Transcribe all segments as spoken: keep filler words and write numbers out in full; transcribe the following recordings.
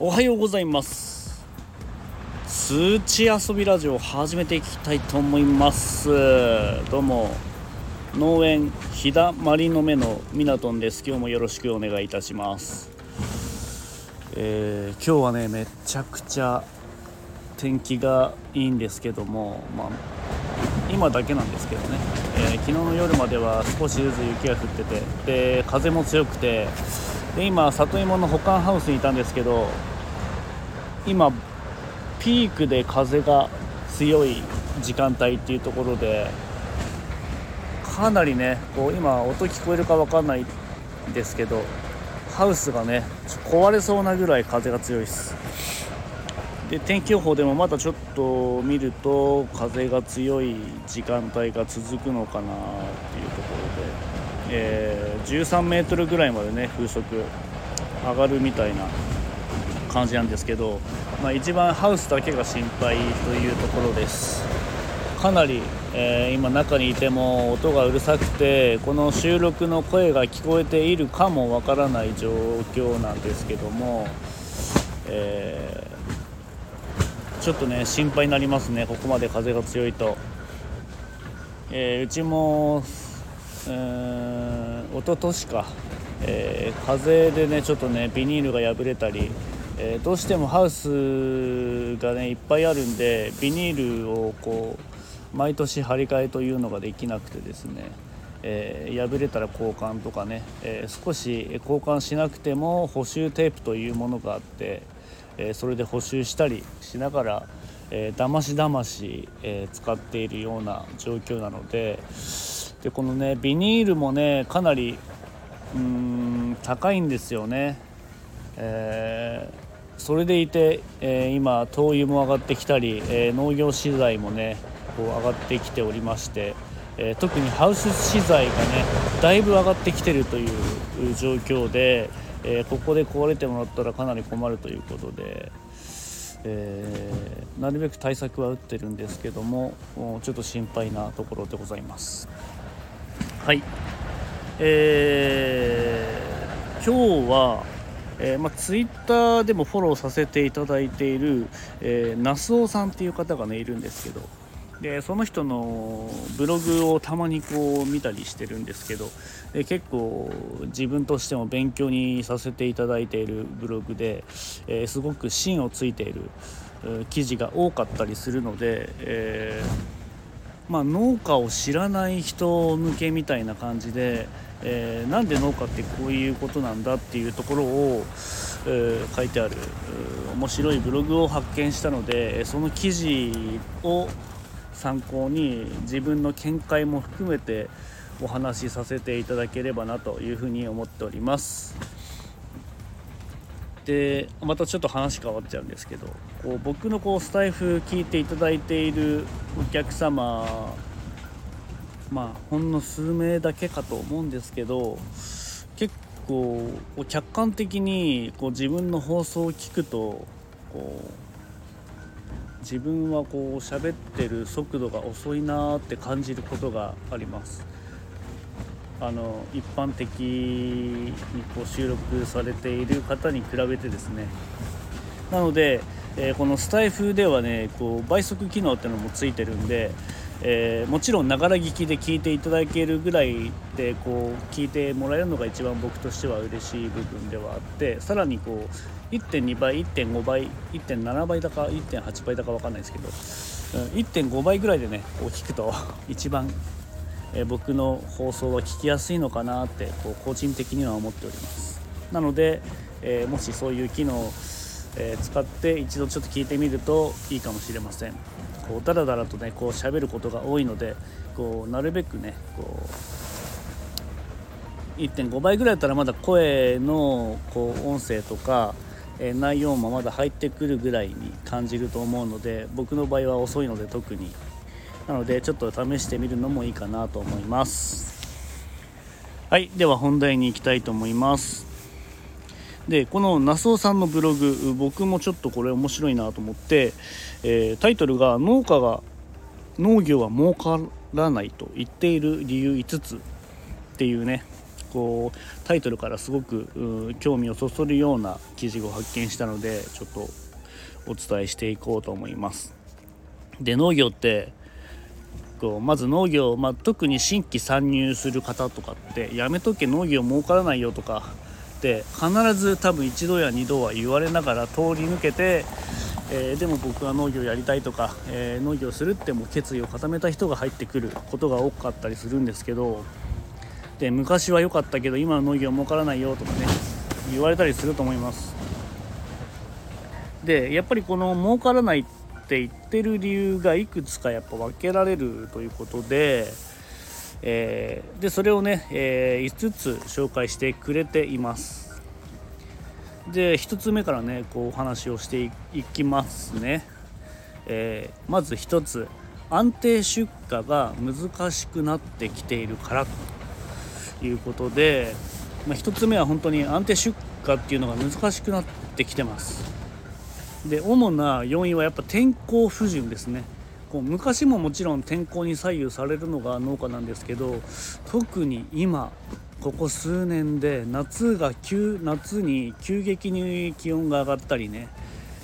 おはようございます。数値遊びラジオを始めていきたいと思います。どうも、農園飛騨マリの目のミナトンです。今日もよろしくお願いいたします。えー、今日はねめちゃくちゃ天気がいいんですけども、まあ、今だけなんですけどね、えー、昨日の夜までは少しずつ雪が降ってて、で風も強くて、で今里芋の保管ハウスにいたんですけど、今ピークで風が強い時間帯っていうところで、かなりねこう今音聞こえるか分かんないんですけど、ハウスがね壊れそうなぐらい風が強いです。で天気予報でもまだちょっと見ると風が強い時間帯が続くのかなっていうところで、えー、じゅうさんメートルぐらいまでね風速上がるみたいな感じなんですけど、まあ、一番ハウスだけが心配というところです。かなり、えー、今中にいても音がうるさくて、この収録の声が聞こえているかもわからない状況なんですけども、えー、ちょっとね心配になりますね。ここまで風が強いと、えー、うちも、えー、一昨年か、えー、風でねちょっとねビニールが破れたり、えー、どうしてもハウスがねいっぱいあるんで、ビニールをこう毎年張り替えというのができなくてですね、えー、破れたら交換とかね、えー、少し交換しなくても補修テープというものがあって、えー、それで補修したりしながら、えー、だましだまし、えー、使っているような状況なので、でこのねビニールもねかなりうーん高いんですよね。えー、それでいて、えー、今灯油も上がってきたり、えー、農業資材もねこう上がってきておりまして、えー、特にハウス資材がねだいぶ上がってきてるという状況で、えー、ここで壊れてもらったらかなり困るということで、えー、なるべく対策は打ってるんですけども、ちょっと心配なところでございます。はい、えー、今日はえーまあ、ツイッターでもフォローさせていただいている、えー、ナスオさんっていう方がねいるんですけど、でその人のブログをたまにこう見たりしてるんですけど、で結構自分としても勉強にさせていただいているブログで、えー、すごく芯をついている記事が多かったりするので、えーまあ、農家を知らない人向けみたいな感じで、えー、なんで農家ってこういうことなんだっていうところを、えー、書いてある面白いブログを発見したので、その記事を参考に自分の見解も含めてお話しさせていただければなというふうに思っております。でまたちょっと話変わっちゃうんですけど、こう僕のこうスタイフ聞いていただいているお客様、まあほんの数名だけかと思うんですけど、結構客観的にこう自分の放送を聞くと、こう自分はこう喋ってる速度が遅いなって感じることがあります。あの一般的にこう収録されている方に比べてですね。なので、えー、このスタイフではねこう倍速機能ってのもついてるんで、えー、もちろんながら聞きで聞いていただけるぐらいでこう聞いてもらえるのが一番僕としては嬉しい部分ではあって、さらにこう いってんに 倍 いってんご 倍 いってんなな 倍だか いってんはち 倍だか分かんないですけど、うん、いってんご 倍ぐらいでねこう聞くと一番、えー、僕の放送は聞きやすいのかなってこう個人的には思っております。なので、えー、もしそういう機能をえー、使って一度ちょっと聞いてみるといいかもしれません。こうだらだらとねこう喋ることが多いので、こうなるべくねこう いってんご 倍ぐらいだったらまだ声のこう音声とか、えー、内容もまだ入ってくるぐらいに感じると思うので、僕の場合は遅いので特になのでちょっと試してみるのもいいかなと思います。はい、では本題に行きたいと思います。でこのナスオさんのブログ、僕もちょっとこれ面白いなと思って、えー、タイトルが農家が農業は儲からないと言っている理由いつつっていうねこうタイトルからすごく興味をそそるような記事を発見したので、ちょっとお伝えしていこうと思います。で、農業ってこうまず農業、まあ、特に新規参入する方とかってやめとけ農業儲からないよとかって必ず多分一度や二度は言われながら通り抜けて、えー、でも僕は農業やりたいとか、えー、農業するってもう決意を固めた人が入ってくることが多かったりするんですけど、で昔は良かったけど今の農業儲からないよとかね言われたりすると思います。でやっぱりこの儲からないって言ってる理由がいくつかやっぱ分けられるということで、えー、でそれをね、えー、いつつ紹介してくれています。でひとつめからねこうお話をしていきますね。えー、まずひとつ、安定出荷が難しくなってきているからということで、まあ、ひとつめは本当に安定出荷っていうのが難しくなってきてます。で主な要因はやっぱ天候不順ですね。こう昔ももちろん天候に左右されるのが農家なんですけど、特に今ここ数年で夏が急夏に急激に気温が上がったりね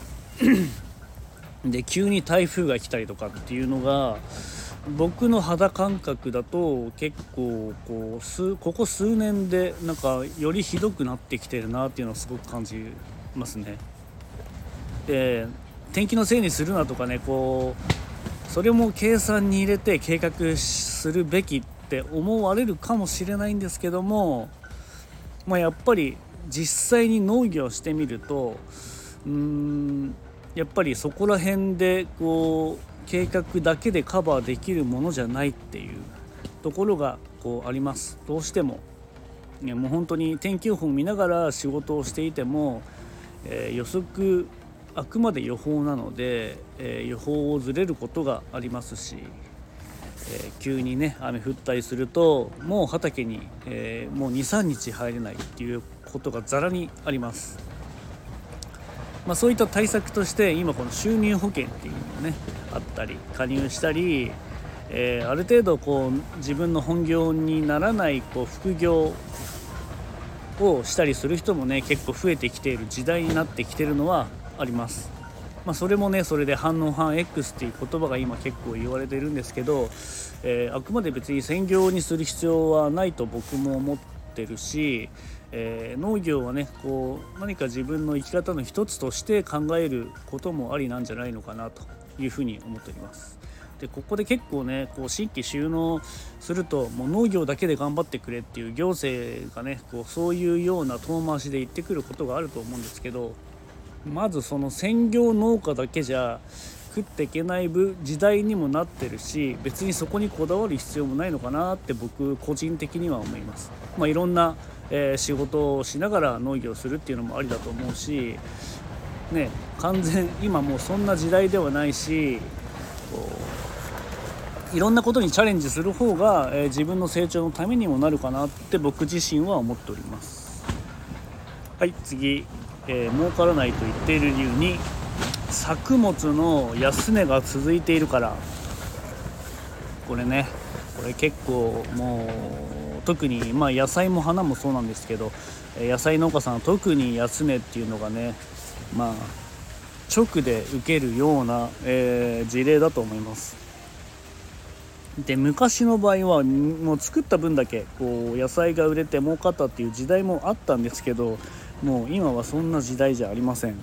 で急に台風が来たりとかっていうのが僕の肌感覚だと結構こう数ここ数年でなんかよりひどくなってきてるなっていうのをすごく感じますね。で天気のせいにするなとかね、こうそれも計算に入れて計画するべきって思われるかもしれないんですけども、まあ、やっぱり実際に農業してみるとうーんやっぱりそこら辺でこう計画だけでカバーできるものじゃないっていうところがこうあります。どうしてもいやもう本当に天気予報を見ながら仕事をしていても、えー、予測あくまで予報なので、えー、予報をずれることがありますし、えー、急にね雨降ったりするともう畑に、えー、もう にさんにち入れないっていうことがざらにあります。まあ、そういった対策として今この収入保険っていうのがねあったり加入したり、えー、ある程度こう自分の本業にならないこう副業をしたりする人もね結構増えてきている時代になってきているのはあります。まあ、それもねそれで反応反 X っていう言葉が今結構言われているんですけど、えー、あくまで別に専業にする必要はないと僕も思ってるし、えー、農業はねこう何か自分の生き方の一つとして考えることもありなんじゃないのかなというふうに思っております。でここで結構ねこう新規就農するともう農業だけで頑張ってくれっていう行政がねこうそういうような遠回しで言ってくることがあると思うんですけど、まずその専業農家だけじゃ食っていけない時代にもなってるし、別にそこにこだわる必要もないのかなって僕個人的には思います。まあ、いろんな、えー、仕事をしながら農業するっていうのもありだと思うしね、完全今もうそんな時代ではないし、こういろんなことにチャレンジする方が、えー、自分の成長のためにもなるかなって僕自身は思っております。はい、次、えー、儲からないと言っている理由に、作物の安値が続いているから。これねこれ結構もう特にまあ野菜も花もそうなんですけど、野菜農家さんは特に安値っていうのがねまあ直で受けるような、えー、事例だと思います。で昔の場合はもう作った分だけこう野菜が売れて儲かったっていう時代もあったんですけど、もう今はそんな時代じゃありません。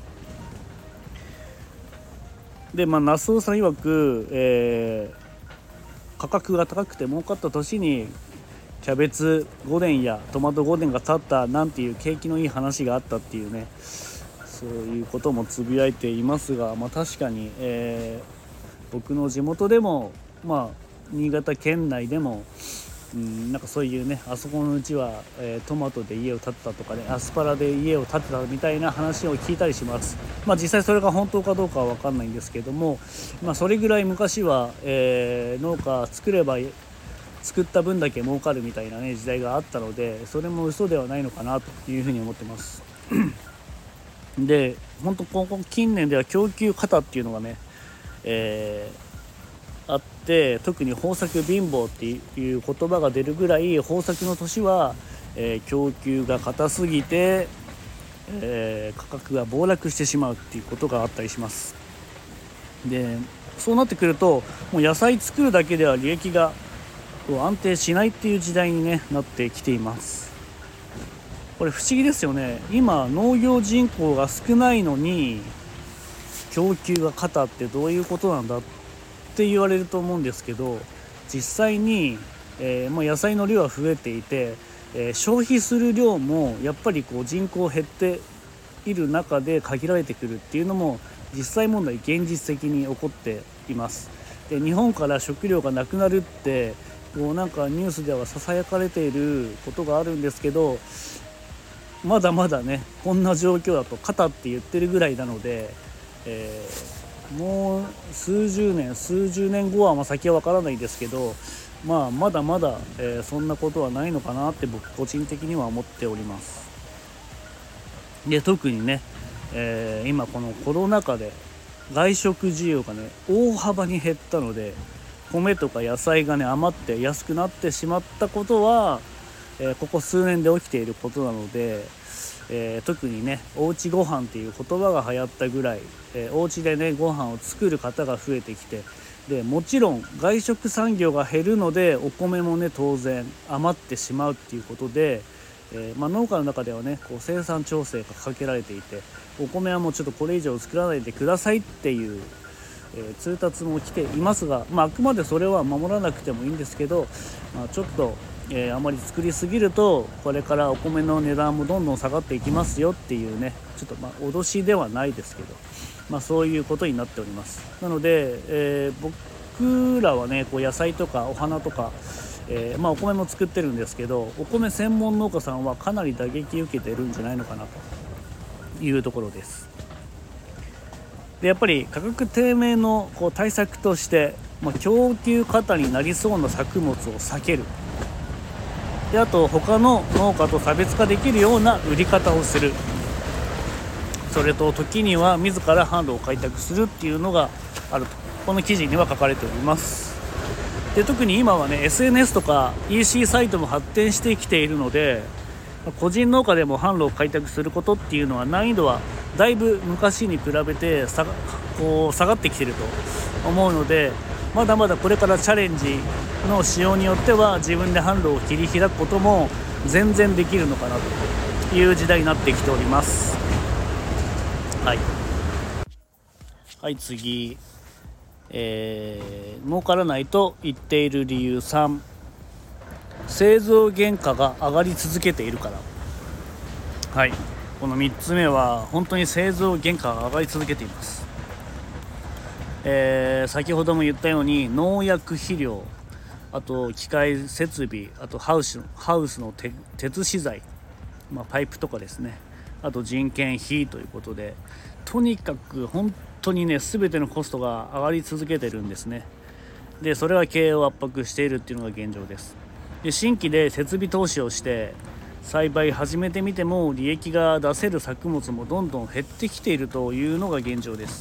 でまあナスオさん曰く、えー、価格が高くて儲かった年にキャベツごねんやトマトごねんが経ったなんていう景気のいい話があったっていうね、そういうこともつぶやいていますが、まあ、確かに、えー、僕の地元でもまあ新潟県内でも、うん、なんかそういうねあそこのうちは、えー、トマトで家を建てたとかねアスパラで家を建てたみたいな話を聞いたりします。まあ実際それが本当かどうかは分かんないんですけども、まあ、それぐらい昔は、えー、農家作れば作った分だけ儲かるみたいなね時代があったので、それも嘘ではないのかなというふうに思ってますで本当ここ近年では供給過多っていうのがね、えーあって、特に豊作貧乏っていう言葉が出るぐらい豊作の年は、 えー、供給が硬すぎて、えー、価格が暴落してしまうっていうことがあったりします。でそうなってくるともう野菜作るだけでは利益が安定しないっていう時代に、ね、なってきています。これ不思議ですよね。今農業人口が少ないのに供給が過多ってどういうことなんだって言われると思うんですけど、実際に、えー、もう野菜の量は増えていて、えー、消費する量もやっぱりこう人口減っている中で限られてくるっていうのも実際問題現実的に起こっています。で日本から食料がなくなるってこうなんかニュースではささやかれていることがあるんですけど、まだまだねこんな状況だと肩って言ってるぐらいなので、えー、もう数十年数十年後はまあ先は分からないですけど、まあ、まだまだ、えー、そんなことはないのかなって僕個人的には思っております。で特にね、えー、今このコロナ禍で外食需要がね大幅に減ったので、米とか野菜がね余って安くなってしまったことは、えー、ここ数年で起きていることなので、えー、特にねおうちご飯っていう言葉が流行ったぐらい、えー、お家でねご飯を作る方が増えてきて、でもちろん外食産業が減るのでお米もね当然余ってしまうっていうことで、えーまあ、農家の中ではねこう生産調整がかけられていて、お米はもうちょっとこれ以上作らないでくださいっていう、えー、通達も来ていますが、まあ、あくまでそれは守らなくてもいいんですけど、まあ、ちょっと、えー、あまり作りすぎるとこれからお米の値段もどんどん下がっていきますよっていうね、ちょっとまあ脅しではないですけど、まあ、そういうことになっております。なので、えー、僕らはねこう野菜とかお花とか、えーまあ、お米も作ってるんですけど、お米専門農家さんはかなり打撃受けてるんじゃないのかなというところです。でやっぱり価格低迷のこう対策として、まあ、供給過多になりそうな作物を避ける。であと他の農家と差別化できるような売り方をする。それと時には自ら販路を開拓するっていうのがあると、この記事には書かれております。で特に今はね エスエヌエス とか イーシー サイトも発展してきているので、個人農家でも販路を開拓することっていうのは難易度はだいぶ昔に比べて下が、こう下がってきていると思うので、まだまだこれからチャレンジの仕様によっては自分で販路を切り開くことも全然できるのかなという時代になってきております。はい、はい、次、えー、儲からないと言っている理由さん、製造原価が上がり続けているから。はい、このみっつめは本当に製造原価が上がり続けています。えー、先ほども言ったように農薬肥料、あと機械設備、あとハウスの、ハウスの鉄資材、まあ、パイプとかですね、あと人件費ということで、とにかく本当にね全てのコストが上がり続けてるんですね。でそれは経営を圧迫しているっていうのが現状です。で新規で設備投資をして栽培始めてみても利益が出せる作物もどんどん減ってきているというのが現状です。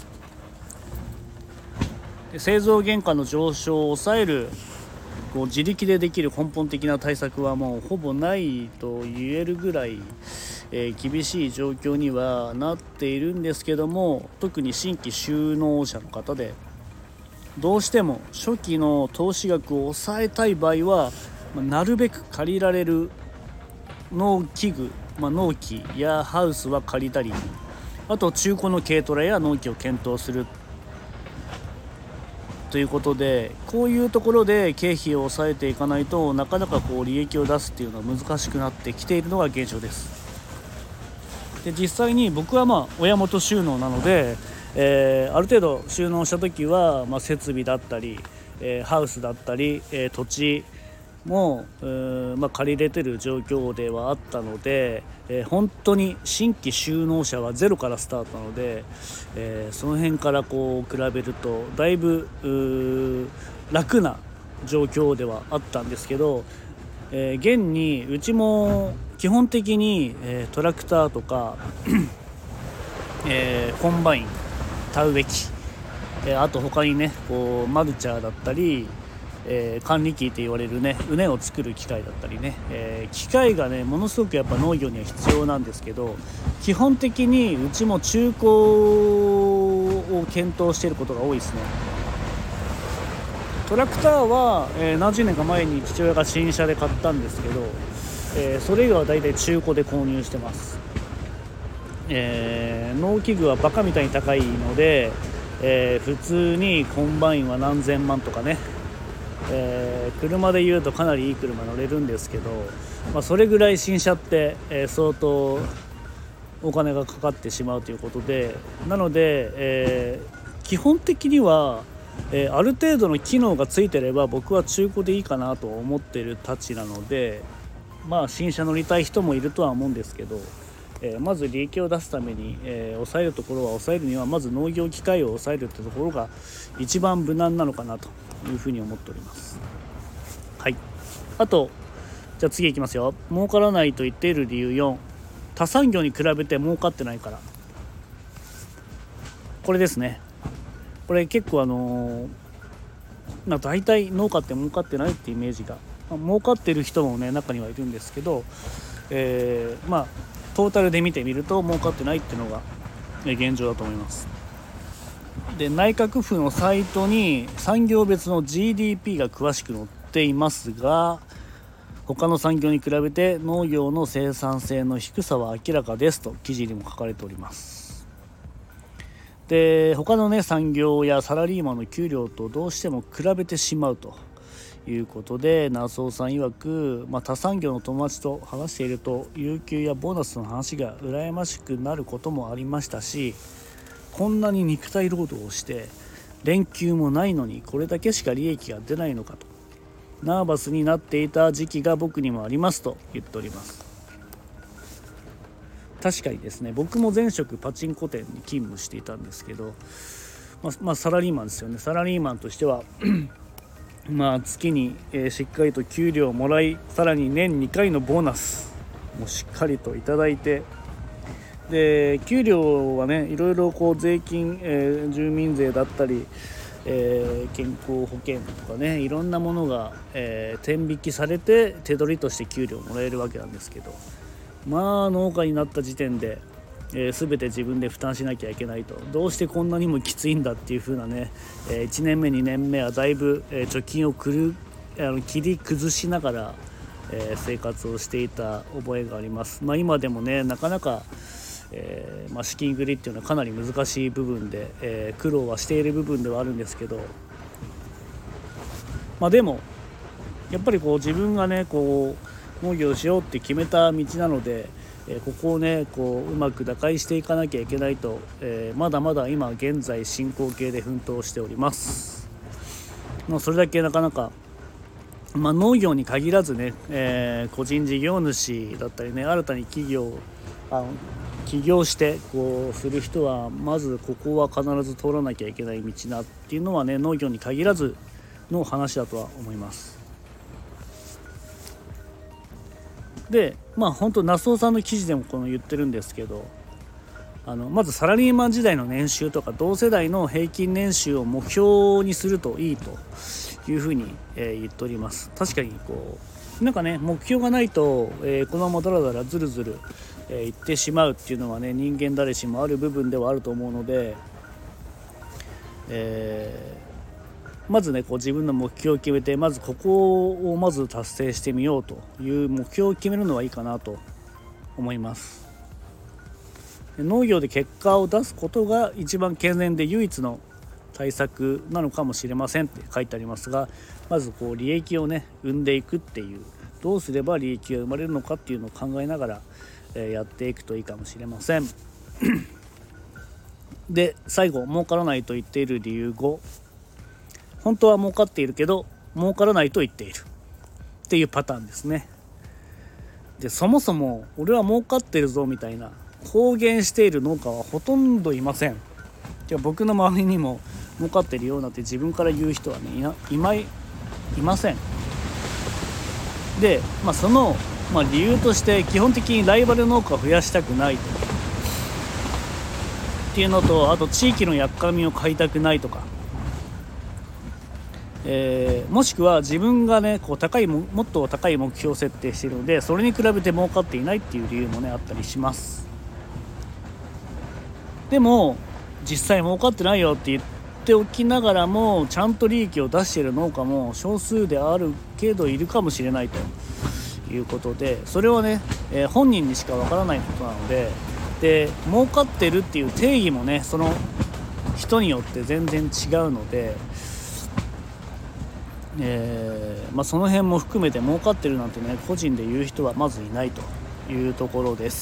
で製造原価の上昇を抑えるこう自力でできる根本的な対策はもうほぼないと言えるぐらい、えー、厳しい状況にはなっているんですけども、特に新規就農者の方でどうしても初期の投資額を抑えたい場合は、まあ、なるべく借りられる農機具、まあ、農機やハウスは借りたり、あと中古の軽トラや農機を検討するということで、こういうところで経費を抑えていかないとなかなかこう利益を出すっていうのは難しくなってきているのが現状です。で実際に僕はまあ親元収納なので、えー、ある程度収納した時は、まあ、設備だったり、えー、ハウスだったり、えー、土地も、えーまあ、借りれてる状況ではあったので、えー、本当に新規就農者はゼロからスタートなので、えー、その辺からこう比べるとだいぶ楽な状況ではあったんですけど、えー、現にうちも基本的に、えー、トラクターとか、えー、コンバイン、田植え機、えー、あと他にねこうマルチャーだったり、 えー、管理機って言われるね畝を作る機械だったりね、えー、機械がねものすごくやっぱ農業には必要なんですけど、基本的にうちも中古を検討していることが多いですね。トラクターは、えー、何十年か前に父親が新車で買ったんですけど、えー、それ以外はだいたい中古で購入してます。えー、農機具はバカみたいに高いので、えー、普通にコンバインは何千万とかね、えー、車でいうとかなりいい車乗れるんですけど、まあ、それぐらい新車って、えー、相当お金がかかってしまうということで、なので、えー、基本的には、えー、ある程度の機能がついてれば僕は中古でいいかなと思っているたちなので、まあ新車乗りたい人もいるとは思うんですけど、えー、まず利益を出すために、えー、抑えるところは抑えるにはまず農業機械を抑えるというところが一番無難なのかなというふうに思っております。はい。あとじゃあ次いきますよ。儲からないと言っている理由よん、他産業に比べて儲かってないから。これですね。これ結構あのー、まあ、大体農家って儲かってないってイメージが、まあ、儲かってる人もね中にはいるんですけど、えー、まあトータルで見てみると儲かってないっていうのが現状だと思います。で、内閣府のサイトに産業別の ジーディーピー が詳しく載っていますが、他の産業に比べて農業の生産性の低さは明らかですと記事にも書かれております。で、他のね産業やサラリーマンの給料とどうしても比べてしまうということで、ナスオさん曰く、まあ、他産業の友達と話していると有給やボーナスの話が羨ましくなることもありましたし、こんなに肉体労働をして連休もないのにこれだけしか利益が出ないのかとナーバスになっていた時期が僕にもありますと言っております。確かにですね、僕も前職パチンコ店に勤務していたんですけど、まあ、まあサラリーマンですよね。サラリーマンとしてはまあ月に、えー、しっかりと給料をもらい、さらに年にかいのボーナスもしっかりといただいて、で給料はねいろいろこう税金、えー、住民税だったり、えー、健康保険とかねいろんなものが、えー、天引きされて手取りとして給料をもらえるわけなんですけど、まあ農家になった時点で、えー、全て自分で負担しなきゃいけないと、どうしてこんなにもきついんだっていう風なね、えー、いちねんめにねんめはだいぶ、えー、貯金をくるあの切り崩しながら、えー、生活をしていた覚えがあります。まあ今でもねなかなか、えーまあ、資金繰りっていうのはかなり難しい部分で、えー、苦労はしている部分ではあるんですけど、まあでもやっぱりこう自分がねこう農業をしようって決めた道なので、えー、ここをねこううまく打開していかなきゃいけないと、えー、まだまだ今現在進行形で奮闘しております。まあ、それだけなかなか、まあ、農業に限らずね、えー、個人事業主だったりね新たに企業あ起業してこうする人はまずここは必ず通らなきゃいけない道なっていうのはね農業に限らずの話だとは思います。でまあ本当ナスオさんの記事でもこの言ってるんですけど、あのまずサラリーマン時代の年収とか同世代の平均年収を目標にするといいというふうに、えー、言っております。確かにこうなんかね目標がないと、えー、このままだらだらずるずる、えー、いってしまうっていうのはね人間誰しもある部分ではあると思うので、えーまずねこう自分の目標を決めて、まずここをまず達成してみようという目標を決めるのはいいかなと思います。農業で結果を出すことが一番健全で唯一の対策なのかもしれませんって書いてありますが、まずこう利益をね生んでいくっていう、どうすれば利益が生まれるのかっていうのを考えながら、えー、やっていくといいかもしれませんで最後、儲からないと言っている理由ご、本当は儲かっているけど儲からないと言っているっていうパターンですね。でそもそも俺は儲かってるぞみたいな公言している農家はほとんどいません。じゃあ僕の周りにも儲かってるようなって自分から言う人はねいな、いまい、いません。で、まあ、その、まあ、理由として基本的にライバル農家を増やしたくないっていうのと、あと地域のやっかみを買いたくないとか、 えー、もしくは自分がねこう高いももっと高い目標設定しているので、それに比べて儲かっていないっていう理由もねあったりします。でも実際儲かってないよって言っておきながらも、ちゃんと利益を出している農家も少数であるけどいるかもしれないということで、それはね、えー、本人にしかわからないことなので、で儲かってるっていう定義もねその人によって全然違うので、えーまあ、その辺も含めて儲かってるなんてね個人で言う人はまずいないというところです。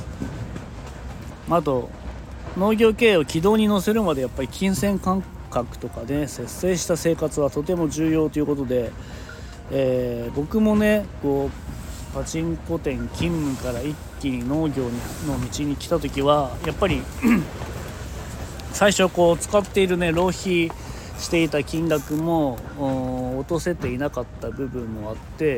あと農業経営を軌道に乗せるまでやっぱり金銭感覚とかね節制した生活はとても重要ということで、えー、僕もねこうパチンコ店勤務から一気に農業の道に来た時はやっぱり最初こう使っているね浪費していた金額も落とせていなかった部分もあって、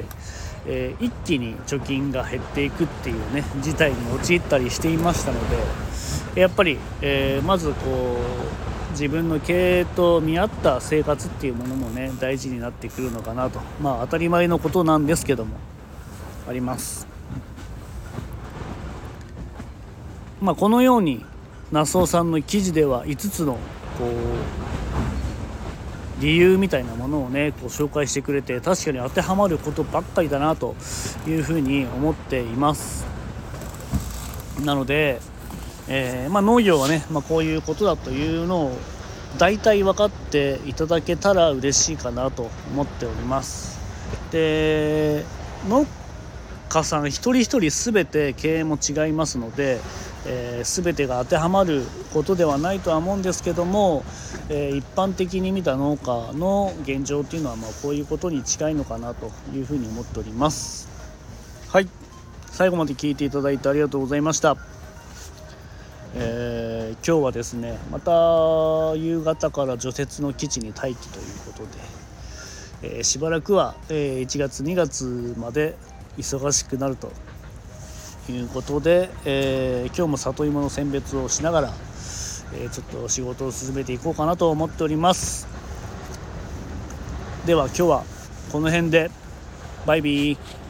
えー、一気に貯金が減っていくっていうね事態に陥ったりしていましたので、やっぱり、えー、まずこう自分の経営と見合った生活っていうものもね大事になってくるのかなと、まあ当たり前のことなんですけどもあります。まあこのようにナスオさんの記事ではいつつのこう理由みたいなものをねこう紹介してくれて、確かに当てはまることばっかりだなというふうに思っています。なので、えーまあ、農業はね、まあ、こういうことだというのを大体分かっていただけたら嬉しいかなと思っております。で農家さん一人一人全て経営も違いますので、えー、全てが当てはまることではないとは思うんですけども、えー、一般的に見た農家の現状っていうのはまあこういうことに近いのかなというふうに思っております。はい、最後まで聞いていただいてありがとうございました。えー、今日はですねまた夕方から除雪の基地に待機ということで、えー、しばらくは、えー、いちがつにがつまで忙しくなるということで、えー、今日も里芋の選別をしながら、えー、ちょっと仕事を進めていこうかなと思っております。では今日はこの辺でバイビー。